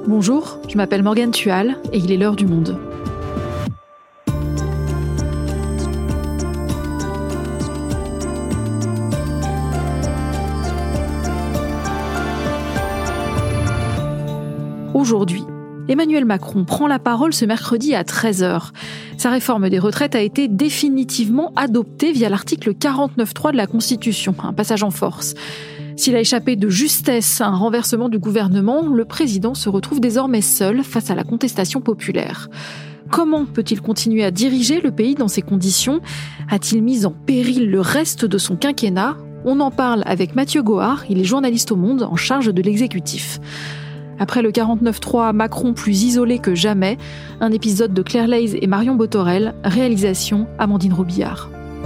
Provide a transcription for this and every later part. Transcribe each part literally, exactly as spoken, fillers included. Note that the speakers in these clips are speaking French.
Bonjour, je m'appelle Morgane Tual et il est l'heure du monde. Aujourd'hui, Emmanuel Macron prend la parole ce mercredi à treize heures. Sa réforme des retraites a été définitivement adoptée via l'article quarante-neuf point trois de la Constitution, un passage en force. S'il a échappé de justesse à un renversement du gouvernement, le président se retrouve désormais seul face à la contestation populaire. Comment peut-il continuer à diriger le pays dans ces conditions ? A-t-il mis en péril le reste de son quinquennat ? On en parle avec Mathieu Gohard, il est journaliste au Monde en charge de l'exécutif. Après le quarante-neuf point trois, Macron plus isolé que jamais, un épisode de Claire Leys et Marion Botorel, réalisation Amandine Robillard.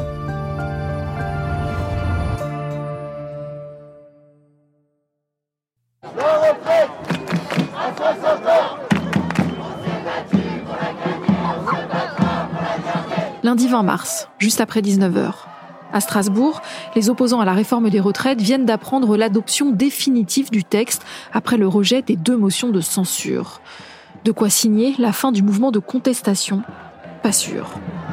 Lundi vingt mars, juste après dix-neuf heures. À Strasbourg, les opposants à la réforme des retraites viennent d'apprendre l'adoption définitive du texte après le rejet des deux motions de censure. De quoi signer la fin du mouvement de contestation ? Pas sûr.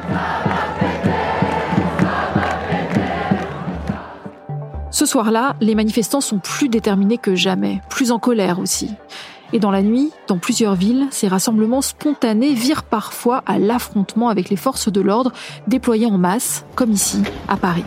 Ce soir-là, les manifestants sont plus déterminés que jamais, plus en colère aussi. Et dans la nuit, dans plusieurs villes, ces rassemblements spontanés virent parfois à l'affrontement avec les forces de l'ordre déployées en masse, comme ici, à Paris.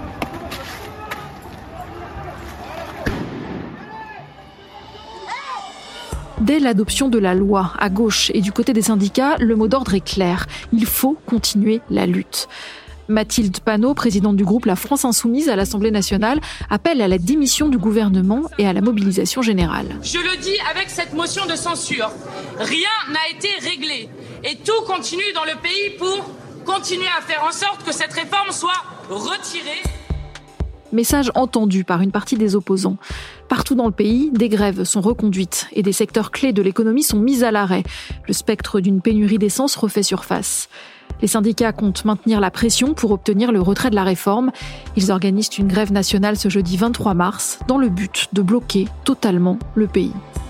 Dès l'adoption de la loi, à gauche et du côté des syndicats, le mot d'ordre est clair. Il faut continuer la lutte. Mathilde Panot, présidente du groupe La France Insoumise à l'Assemblée nationale, appelle à la démission du gouvernement et à la mobilisation générale. Je le dis avec cette motion de censure, rien n'a été réglé et tout continue dans le pays pour continuer à faire en sorte que cette réforme soit retirée. Message entendu par une partie des opposants. Partout dans le pays, des grèves sont reconduites et des secteurs clés de l'économie sont mis à l'arrêt. Le spectre d'une pénurie d'essence refait surface. Les syndicats comptent maintenir la pression pour obtenir le retrait de la réforme. Ils organisent une grève nationale ce jeudi vingt-trois mars dans le but de bloquer totalement le pays.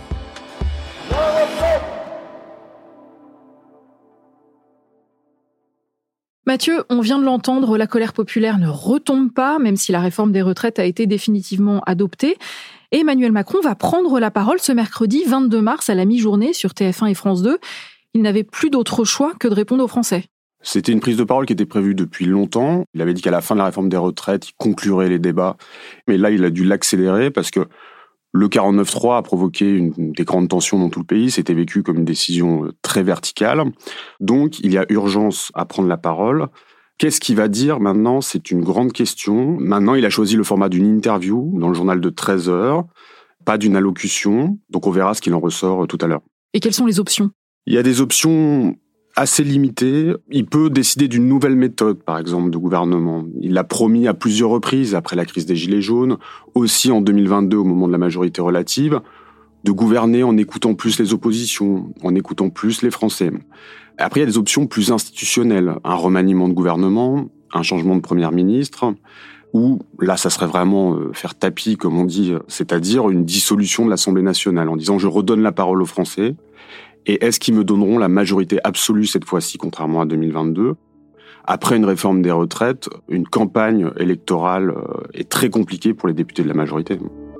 Mathieu, on vient de l'entendre, la colère populaire ne retombe pas, même si la réforme des retraites a été définitivement adoptée. Et Emmanuel Macron va prendre la parole ce mercredi vingt-deux mars à la mi-journée sur T F un et France deux. Il n'avait plus d'autre choix que de répondre aux Français. C'était une prise de parole qui était prévue depuis longtemps. Il avait dit qu'à la fin de la réforme des retraites, il conclurait les débats. Mais là, il a dû l'accélérer parce que le quarante-neuf point trois a provoqué une, des grandes tensions dans tout le pays. C'était vécu comme une décision très verticale. Donc, il y a urgence à prendre la parole. Qu'est-ce qu'il va dire maintenant ? C'est une grande question. Maintenant, il a choisi le format d'une interview dans le journal de treize heures, pas d'une allocution. Donc, on verra ce qu'il en ressort tout à l'heure. Et quelles sont les options ? Il y a des options assez limité. Il peut décider d'une nouvelle méthode, par exemple, de gouvernement. Il l'a promis à plusieurs reprises, après la crise des Gilets jaunes, aussi en deux mille vingt-deux, au moment de la majorité relative, de gouverner en écoutant plus les oppositions, en écoutant plus les Français. Après, il y a des options plus institutionnelles. Un remaniement de gouvernement, un changement de Premier ministre, ou là, ça serait vraiment faire tapis, comme on dit, c'est-à-dire une dissolution de l'Assemblée nationale, en disant « je redonne la parole aux Français ». Et est-ce qu'ils me donneront la majorité absolue cette fois-ci, contrairement à deux mille vingt-deux ? Après une réforme des retraites, une campagne électorale est très compliquée pour les députés de la majorité.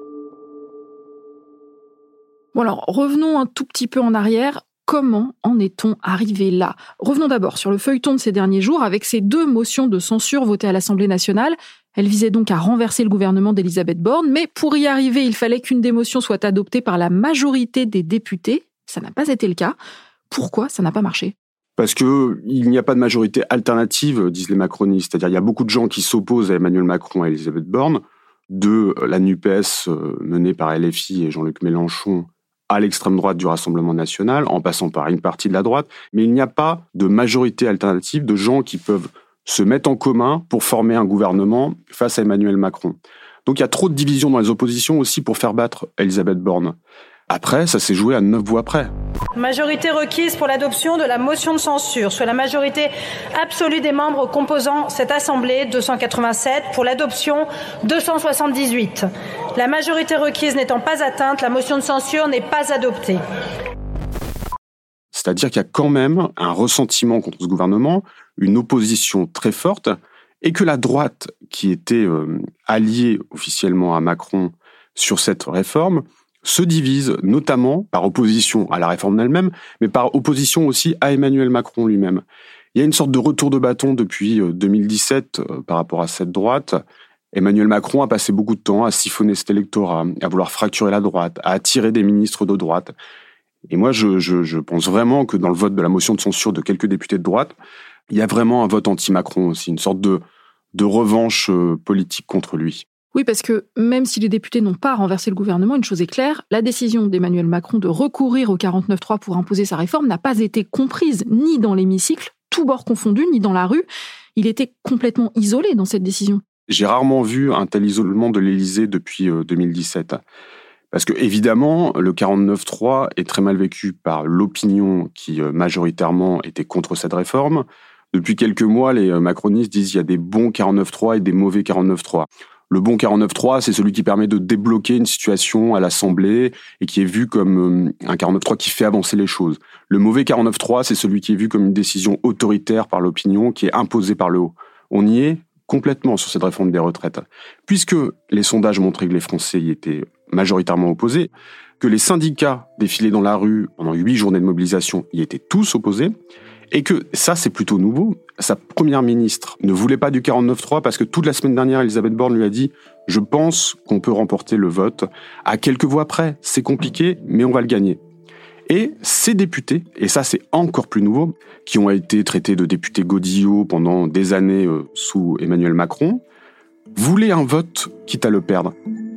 Bon alors, revenons un tout petit peu en arrière. Comment en est-on arrivé là ? Revenons d'abord sur le feuilleton de ces derniers jours avec ces deux motions de censure votées à l'Assemblée nationale. Elles visaient donc à renverser le gouvernement d'Elisabeth Borne, mais pour y arriver, il fallait qu'une des motions soit adoptée par la majorité des députés. Ça n'a pas été le cas. Pourquoi ça n'a pas marché ? Parce que il n'y a pas de majorité alternative, disent les macronistes. C'est-à-dire il y a beaucoup de gens qui s'opposent à Emmanuel Macron et à Elisabeth Borne, de la NUPES menée par L F I et Jean-Luc Mélenchon à l'extrême droite du Rassemblement national, en passant par une partie de la droite. Mais il n'y a pas de majorité alternative de gens qui peuvent se mettre en commun pour former un gouvernement face à Emmanuel Macron. Donc il y a trop de divisions dans les oppositions aussi pour faire battre Elisabeth Borne. Après, ça s'est joué à neuf voix près. Majorité requise pour l'adoption de la motion de censure, soit la majorité absolue des membres composant cette Assemblée, deux cent quatre-vingt-sept, pour l'adoption, deux cent soixante-dix-huit. La majorité requise n'étant pas atteinte, la motion de censure n'est pas adoptée. C'est-à-dire qu'il y a quand même un ressentiment contre ce gouvernement, une opposition très forte, et que la droite, qui était euh, alliée officiellement à Macron sur cette réforme, se divise notamment par opposition à la réforme elle-même, mais par opposition aussi à Emmanuel Macron lui-même. Il y a une sorte de retour de bâton depuis deux mille dix-sept euh, par rapport à cette droite. Emmanuel Macron a passé beaucoup de temps à siphonner cet électorat, à vouloir fracturer la droite, à attirer des ministres de droite. Et moi, je, je, je pense vraiment que dans le vote de la motion de censure de quelques députés de droite, il y a vraiment un vote anti-Macron aussi, une sorte de, de revanche euh, politique contre lui. Oui, parce que même si les députés n'ont pas renversé le gouvernement, une chose est claire, la décision d'Emmanuel Macron de recourir au quarante-neuf trois pour imposer sa réforme n'a pas été comprise ni dans l'hémicycle, tous bords confondus, ni dans la rue. Il était complètement isolé dans cette décision. J'ai rarement vu un tel isolement de l'Élysée depuis euh, deux mille dix-sept. Parce que, évidemment, le quarante-neuf trois est très mal vécu par l'opinion qui, euh, majoritairement, était contre cette réforme. Depuis quelques mois, les euh, macronistes disent qu'il y a des bons quarante-neuf trois et des mauvais quarante-neuf trois. Le bon quarante-neuf trois, c'est celui qui permet de débloquer une situation à l'Assemblée et qui est vu comme un quarante-neuf trois qui fait avancer les choses. Le mauvais quarante-neuf trois, c'est celui qui est vu comme une décision autoritaire par l'opinion, qui est imposée par le haut. On y est complètement sur cette réforme des retraites. Puisque les sondages montraient que les Français y étaient majoritairement opposés, que les syndicats défilaient dans la rue pendant huit journées de mobilisation y étaient tous opposés, et que ça, c'est plutôt nouveau. Sa première ministre ne voulait pas du quarante-neuf trois parce que toute la semaine dernière, Elisabeth Borne lui a dit « Je pense qu'on peut remporter le vote à quelques voix près. C'est compliqué, mais on va le gagner. » Et ces députés, et ça c'est encore plus nouveau, qui ont été traités de députés godillots pendant des années euh, sous Emmanuel Macron, voulaient un vote quitte à le perdre.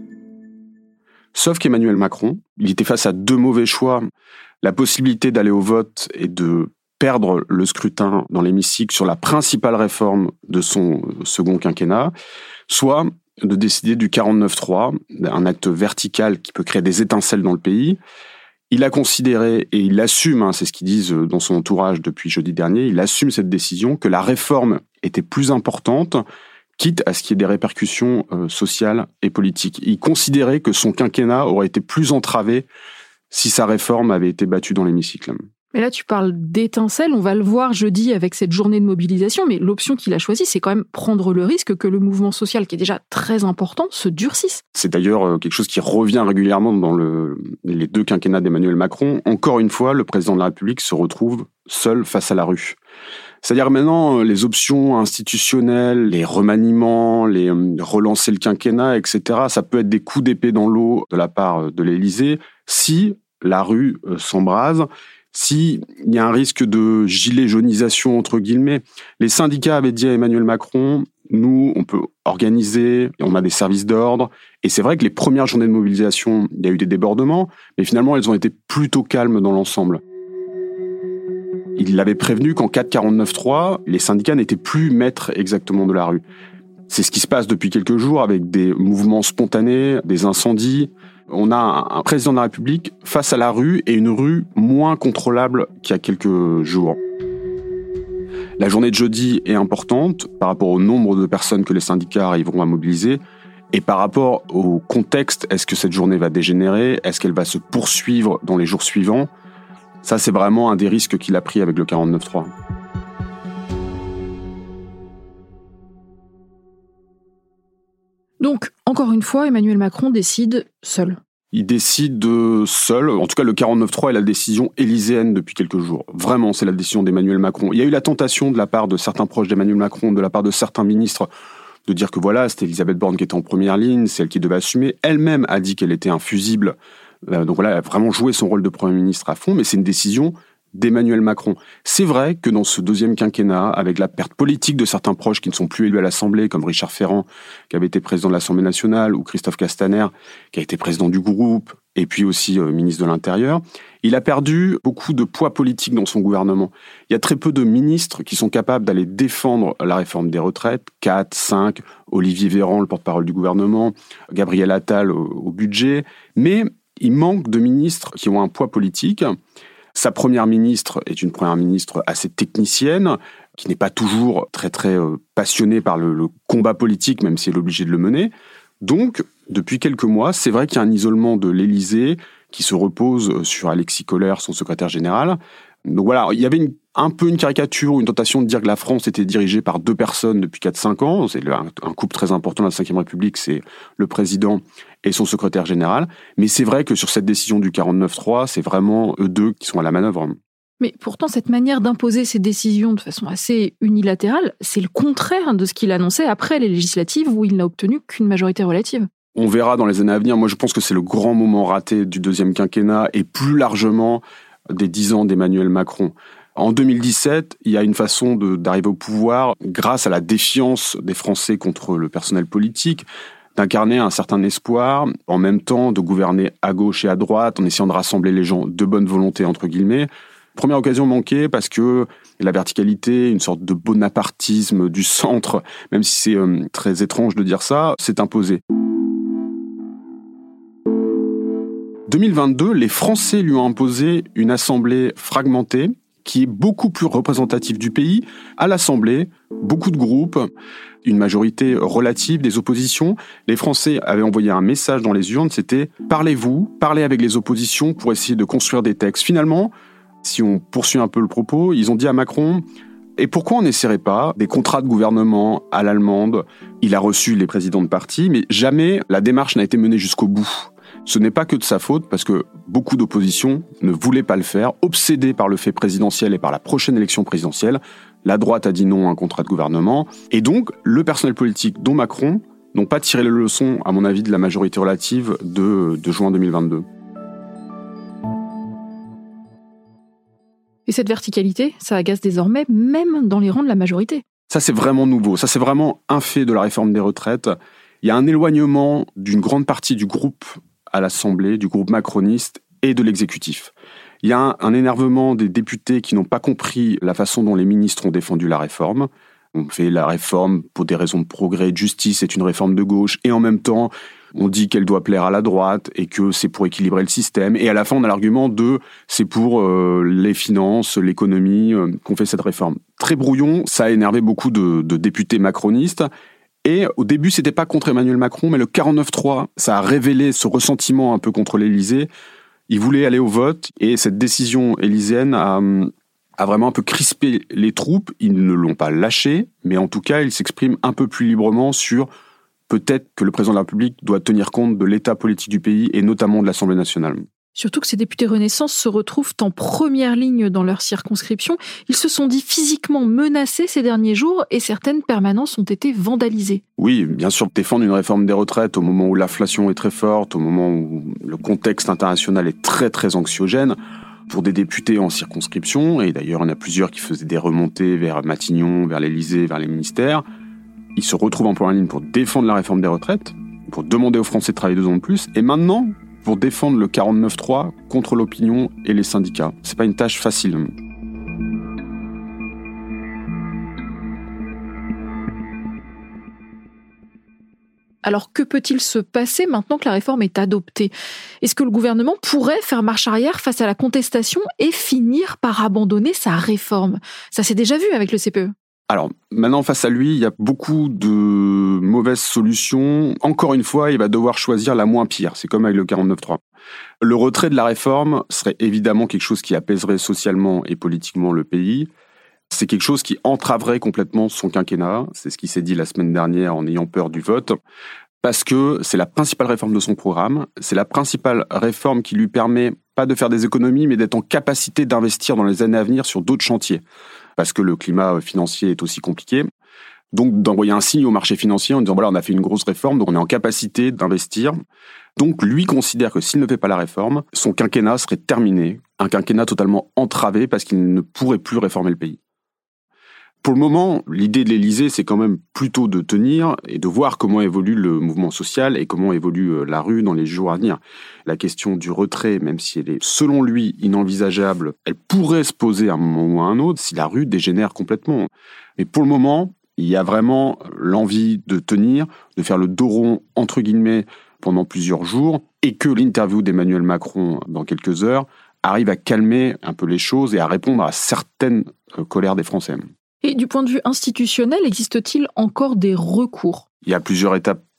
Sauf qu'Emmanuel Macron, il était face à deux mauvais choix. La possibilité d'aller au vote et de perdre le scrutin dans l'hémicycle sur la principale réforme de son second quinquennat, soit de décider du quarante-neuf trois, un acte vertical qui peut créer des étincelles dans le pays. Il a considéré, et il assume, hein, c'est ce qu'ils disent dans son entourage depuis jeudi dernier, il assume cette décision que la réforme était plus importante, quitte à ce qu'il y ait des répercussions euh, sociales et politiques. Il considérait que son quinquennat aurait été plus entravé si sa réforme avait été battue dans l'hémicycle. Mais là, tu parles d'étincelles, on va le voir jeudi avec cette journée de mobilisation, mais l'option qu'il a choisie, c'est quand même prendre le risque que le mouvement social, qui est déjà très important, se durcisse. C'est d'ailleurs quelque chose qui revient régulièrement dans le, les deux quinquennats d'Emmanuel Macron. Encore une fois, le président de la République se retrouve seul face à la rue. C'est-à-dire maintenant, les options institutionnelles, les remaniements, les relancer le quinquennat, et cetera, ça peut être des coups d'épée dans l'eau de la part de l'Élysée si la rue s'embrase. S'il y a un risque de gilet jaunisation, entre guillemets, les syndicats avaient dit à Emmanuel Macron, nous, on peut organiser, on a des services d'ordre. Et c'est vrai que les premières journées de mobilisation, il y a eu des débordements, mais finalement, elles ont été plutôt calmes dans l'ensemble. Il l'avait prévenu qu'en cas de quarante-neuf trois, les syndicats n'étaient plus maîtres exactement de la rue. C'est ce qui se passe depuis quelques jours avec des mouvements spontanés, des incendies. On a un président de la République face à la rue et une rue moins contrôlable qu'il y a quelques jours. La journée de jeudi est importante par rapport au nombre de personnes que les syndicats arriveront à mobiliser et par rapport au contexte. Est-ce que cette journée va dégénérer? Est-ce qu'elle va se poursuivre dans les jours suivants? Ça, c'est vraiment un des risques qu'il a pris avec le quarante-neuf trois. Donc, encore une fois, Emmanuel Macron décide seul. Il décide seul. En tout cas, le quarante-neuf trois est la décision élyséenne depuis quelques jours. Vraiment, c'est la décision d'Emmanuel Macron. Il y a eu la tentation de la part de certains proches d'Emmanuel Macron, de la part de certains ministres, de dire que voilà, c'était Elisabeth Borne qui était en première ligne, c'est elle qui devait assumer. Elle-même a dit qu'elle était infusible. Donc voilà, elle a vraiment joué son rôle de Premier ministre à fond, mais c'est une décision d'Emmanuel Macron. C'est vrai que dans ce deuxième quinquennat, avec la perte politique de certains proches qui ne sont plus élus à l'Assemblée, comme Richard Ferrand, qui avait été président de l'Assemblée nationale, ou Christophe Castaner, qui a été président du groupe, et puis aussi euh, ministre de l'Intérieur, il a perdu beaucoup de poids politique dans son gouvernement. Il y a très peu de ministres qui sont capables d'aller défendre la réforme des retraites, quatre, cinq, Olivier Véran, le porte-parole du gouvernement, Gabriel Attal au, au budget, mais il manque de ministres qui ont un poids politique. Sa première ministre est une première ministre assez technicienne, qui n'est pas toujours très très euh, passionnée par le, le combat politique, même si elle est obligée de le mener. Donc, depuis quelques mois, c'est vrai qu'il y a un isolement de l'Élysée qui se repose sur Alexis Kohler, son secrétaire général, Donc voilà, il y avait une, un peu une caricature, une tentation de dire que la France était dirigée par deux personnes depuis quatre à cinq ans. C'est un, un couple très important de la cinquième République, c'est le président et son secrétaire général. Mais c'est vrai que sur cette décision du quarante-neuf trois, c'est vraiment eux deux qui sont à la manœuvre. Mais pourtant, cette manière d'imposer ses décisions de façon assez unilatérale, c'est le contraire de ce qu'il annonçait après les législatives où il n'a obtenu qu'une majorité relative. On verra dans les années à venir. Moi, je pense que c'est le grand moment raté du deuxième quinquennat et plus largement des dix ans d'Emmanuel Macron. En deux mille dix-sept, il y a une façon de, d'arriver au pouvoir grâce à la défiance des Français contre le personnel politique, d'incarner un certain espoir, en même temps de gouverner à gauche et à droite, en essayant de rassembler les gens de bonne volonté, entre guillemets. Première occasion manquée parce que la verticalité, une sorte de bonapartisme du centre, même si c'est euh, très étrange de dire ça, s'est imposé. deux mille vingt-deux, les Français lui ont imposé une assemblée fragmentée qui est beaucoup plus représentative du pays. À l'Assemblée, beaucoup de groupes, une majorité relative des oppositions. Les Français avaient envoyé un message dans les urnes, c'était « Parlez-vous, parlez avec les oppositions pour essayer de construire des textes ». Finalement, si on poursuit un peu le propos, ils ont dit à Macron « Et pourquoi on n'essaierait pas des contrats de gouvernement à l'allemande ?» Il a reçu les présidents de partis, mais jamais la démarche n'a été menée jusqu'au bout. Ce n'est pas que de sa faute, parce que beaucoup d'oppositions ne voulaient pas le faire, obsédées par le fait présidentiel et par la prochaine élection présidentielle. La droite a dit non à un contrat de gouvernement. Et donc, le personnel politique, dont Macron, n'ont pas tiré les leçons, à mon avis, de la majorité relative de, de juin deux mille vingt-deux. Et cette verticalité, ça agace désormais même dans les rangs de la majorité. Ça, c'est vraiment nouveau. Ça, c'est vraiment un fait de la réforme des retraites. Il y a un éloignement d'une grande partie du groupe à l'Assemblée, du groupe macroniste et de l'exécutif. Il y a un, un énervement des députés qui n'ont pas compris la façon dont les ministres ont défendu la réforme. On fait la réforme pour des raisons de progrès et de justice, c'est une réforme de gauche, et en même temps, on dit qu'elle doit plaire à la droite et que c'est pour équilibrer le système. Et à la fin, on a l'argument de c'est pour euh, les finances, l'économie euh, qu'on fait cette réforme. Très brouillon, ça a énervé beaucoup de, de députés macronistes. Et au début, c'était pas contre Emmanuel Macron, mais le quarante-neuf trois, ça a révélé ce ressentiment un peu contre l'Élysée. Il voulait aller au vote, et cette décision élyséenne a, a vraiment un peu crispé les troupes. Ils ne l'ont pas lâché, mais en tout cas, ils s'expriment un peu plus librement sur peut-être que le président de la République doit tenir compte de l'état politique du pays, et notamment de l'Assemblée nationale. Surtout que ces députés Renaissance se retrouvent en première ligne dans leur circonscription. Ils se sont dit physiquement menacés ces derniers jours et certaines permanences ont été vandalisées. Oui, bien sûr, défendre une réforme des retraites au moment où l'inflation est très forte, au moment où le contexte international est très très anxiogène, pour des députés en circonscription, et d'ailleurs il y en a plusieurs qui faisaient des remontées vers Matignon, vers l'Élysée, vers les ministères, ils se retrouvent en première ligne pour défendre la réforme des retraites, pour demander aux Français de travailler deux ans de plus, et maintenant pour défendre le quarante-neuf trois contre l'opinion et les syndicats. C'est pas une tâche facile. Alors que peut-il se passer maintenant que la réforme est adoptée ? Est-ce que le gouvernement pourrait faire marche arrière face à la contestation et finir par abandonner sa réforme ? Ça s'est déjà vu avec le C P E. Alors, maintenant, face à lui, il y a beaucoup de mauvaises solutions. Encore une fois, il va devoir choisir la moins pire. C'est comme avec le quarante-neuf trois. Le retrait de la réforme serait évidemment quelque chose qui apaiserait socialement et politiquement le pays. C'est quelque chose qui entraverait complètement son quinquennat. C'est ce qui s'est dit la semaine dernière en ayant peur du vote. Parce que c'est la principale réforme de son programme. C'est la principale réforme qui lui permet pas de faire des économies, mais d'être en capacité d'investir dans les années à venir sur d'autres chantiers. Parce que le climat financier est aussi compliqué. Donc, d'envoyer un signe au marché financier en disant, voilà, on a fait une grosse réforme, donc on est en capacité d'investir. Donc, lui considère que s'il ne fait pas la réforme, son quinquennat serait terminé. Un quinquennat totalement entravé parce qu'il ne pourrait plus réformer le pays. Pour le moment, l'idée de l'Élysée, c'est quand même plutôt de tenir et de voir comment évolue le mouvement social et comment évolue la rue dans les jours à venir. La question du retrait, même si elle est, selon lui, inenvisageable, elle pourrait se poser à un moment ou à un autre si la rue dégénère complètement. Mais pour le moment, il y a vraiment l'envie de tenir, de faire le dos rond, entre guillemets, pendant plusieurs jours, et que l'interview d'Emmanuel Macron, dans quelques heures, arrive à calmer un peu les choses et à répondre à certaines colères des Français. Et du point de vue institutionnel, existe-t-il encore des recours ? Il y a plusieurs étapes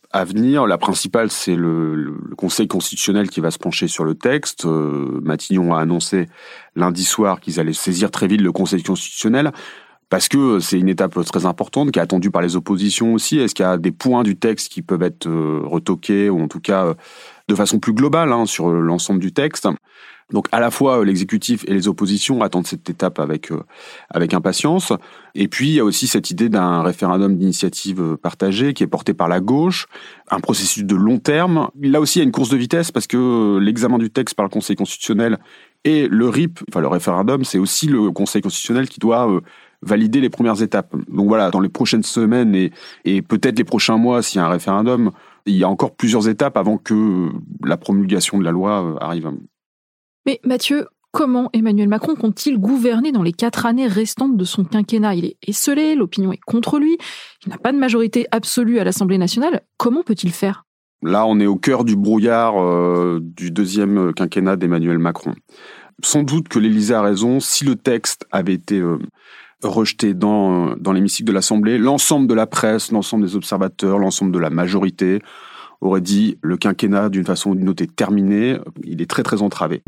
à venir. La principale, c'est le, le Conseil constitutionnel qui va se pencher sur le texte. Euh, Matignon a annoncé lundi soir qu'ils allaient saisir très vite le Conseil constitutionnel parce que c'est une étape très importante qui est attendue par les oppositions aussi. Est-ce qu'il y a des points du texte qui peuvent être euh, retoqués ou en tout cas euh, de façon plus globale hein, sur l'ensemble du texte? Donc à la fois l'exécutif et les oppositions attendent cette étape avec euh, avec impatience. Et puis il y a aussi cette idée d'un référendum d'initiative partagée qui est porté par la gauche, un processus de long terme. Là aussi il y a une course de vitesse parce que l'examen du texte par le Conseil constitutionnel et le R I P, enfin le référendum, c'est aussi le Conseil constitutionnel qui doit euh, valider les premières étapes. Donc voilà, dans les prochaines semaines et et peut-être les prochains mois, s'il y a un référendum, il y a encore plusieurs étapes avant que la promulgation de la loi arrive. Mais Mathieu, comment Emmanuel Macron compte-t-il gouverner dans les quatre années restantes de son quinquennat? Il est esseulé, l'opinion est contre lui, il n'a pas de majorité absolue à l'Assemblée nationale. Comment peut-il faire? Là, on est au cœur du brouillard euh, du deuxième quinquennat d'Emmanuel Macron. Sans doute que l'Élysée a raison, si le texte avait été euh, rejeté dans, dans l'hémicycle de l'Assemblée, l'ensemble de la presse, l'ensemble des observateurs, l'ensemble de la majorité aurait dit le quinquennat d'une façon ou d'une autre est terminé, il est très très entravé.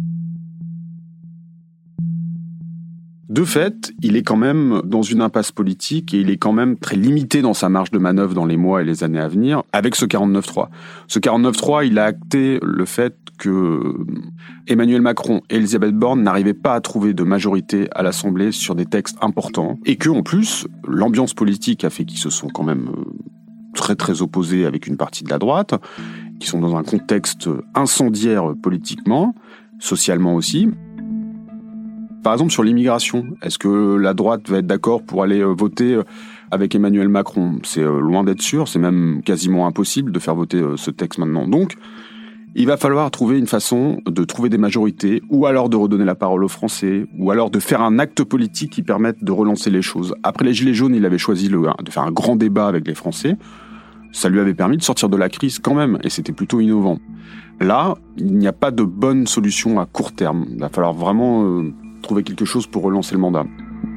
De fait, il est quand même dans une impasse politique et il est quand même très limité dans sa marge de manœuvre dans les mois et les années à venir avec ce quarante-neuf trois. Ce quarante-neuf trois, il a acté le fait que Emmanuel Macron et Elisabeth Borne n'arrivaient pas à trouver de majorité à l'Assemblée sur des textes importants et que, en plus, l'ambiance politique a fait qu'ils se sont quand même très très opposés avec une partie de la droite, qui sont dans un contexte incendiaire politiquement, socialement aussi. Par exemple, sur l'immigration, est-ce que la droite va être d'accord pour aller voter avec Emmanuel Macron? C'est loin d'être sûr, c'est même quasiment impossible de faire voter ce texte maintenant. Donc, il va falloir trouver une façon de trouver des majorités, ou alors de redonner la parole aux Français, ou alors de faire un acte politique qui permette de relancer les choses. Après les Gilets jaunes, il avait choisi le, de faire un grand débat avec les Français. Ça lui avait permis de sortir de la crise quand même, et c'était plutôt innovant. Là, il n'y a pas de bonne solution à court terme. Il va falloir vraiment euh, trouver quelque chose pour relancer le mandat.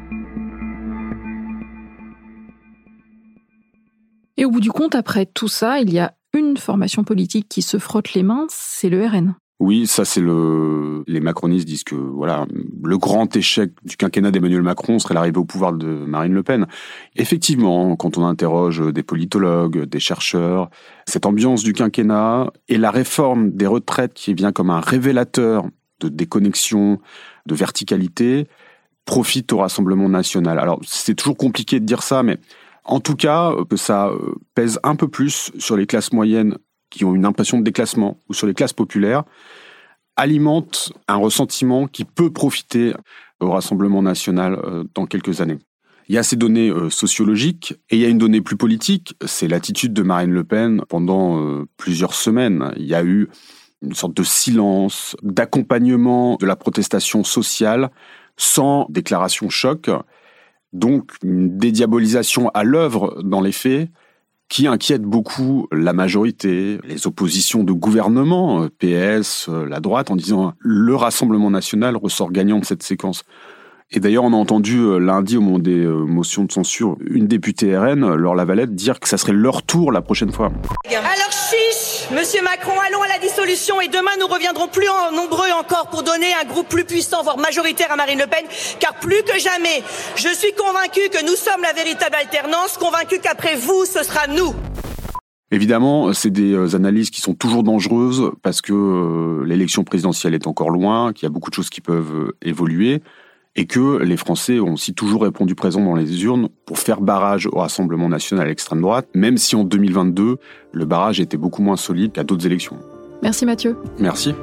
Et au bout du compte, après tout ça, il y a une formation politique qui se frotte les mains, c'est le R N. Oui, ça c'est le. Les macronistes disent que voilà, le grand échec du quinquennat d'Emmanuel Macron serait l'arrivée au pouvoir de Marine Le Pen. Effectivement, quand on interroge des politologues, des chercheurs, cette ambiance du quinquennat et la réforme des retraites qui vient comme un révélateur de déconnexion, de verticalité, profite au Rassemblement national. Alors c'est toujours compliqué de dire ça, mais en tout cas que ça pèse un peu plus sur les classes moyennes qui ont une impression de déclassement, ou sur les classes populaires, alimente un ressentiment qui peut profiter au Rassemblement national euh, dans quelques années. Il y a ces données euh, sociologiques, et il y a une donnée plus politique, c'est l'attitude de Marine Le Pen pendant euh, plusieurs semaines. Il y a eu une sorte de silence, d'accompagnement de la protestation sociale, sans déclaration choc, donc une dédiabolisation à l'œuvre dans les faits, qui inquiète beaucoup la majorité, les oppositions de gouvernement, P S, la droite, en disant « le Rassemblement national ressort gagnant de cette séquence ». Et d'ailleurs, on a entendu lundi, au moment des motions de censure, une députée R N, Laure Lavalette, dire que ça serait leur tour la prochaine fois. Alors chiche, Monsieur Macron, allons à la dissolution et demain nous reviendrons plus en nombreux encore pour donner un groupe plus puissant, voire majoritaire à Marine Le Pen, car plus que jamais, je suis convaincu que nous sommes la véritable alternance, convaincu qu'après vous, ce sera nous. Évidemment, c'est des analyses qui sont toujours dangereuses parce que euh, l'élection présidentielle est encore loin, qu'il y a beaucoup de choses qui peuvent euh, évoluer, et que les Français ont aussi toujours répondu présent dans les urnes pour faire barrage au Rassemblement national à l'extrême droite, même si en deux mille vingt-deux, le barrage était beaucoup moins solide qu'à d'autres élections. Merci Mathieu. Merci.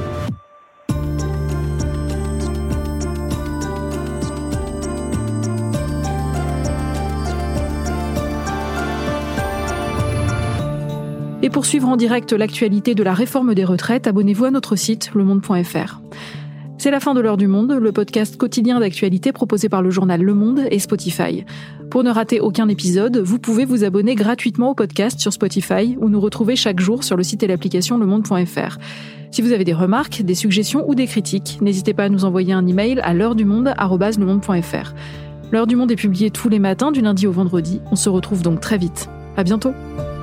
Et pour suivre en direct l'actualité de la réforme des retraites, abonnez-vous à notre site le monde point f r. C'est la fin de l'heure du Monde, le podcast quotidien d'actualité proposé par le journal Le Monde et Spotify. Pour ne rater aucun épisode, vous pouvez vous abonner gratuitement au podcast sur Spotify ou nous retrouver chaque jour sur le site et l'application le monde point f r. Si vous avez des remarques, des suggestions ou des critiques, n'hésitez pas à nous envoyer un email à l'heure du monde arobase le monde point f r. L'heure du Monde est publiée tous les matins du lundi au vendredi. On se retrouve donc très vite. À bientôt.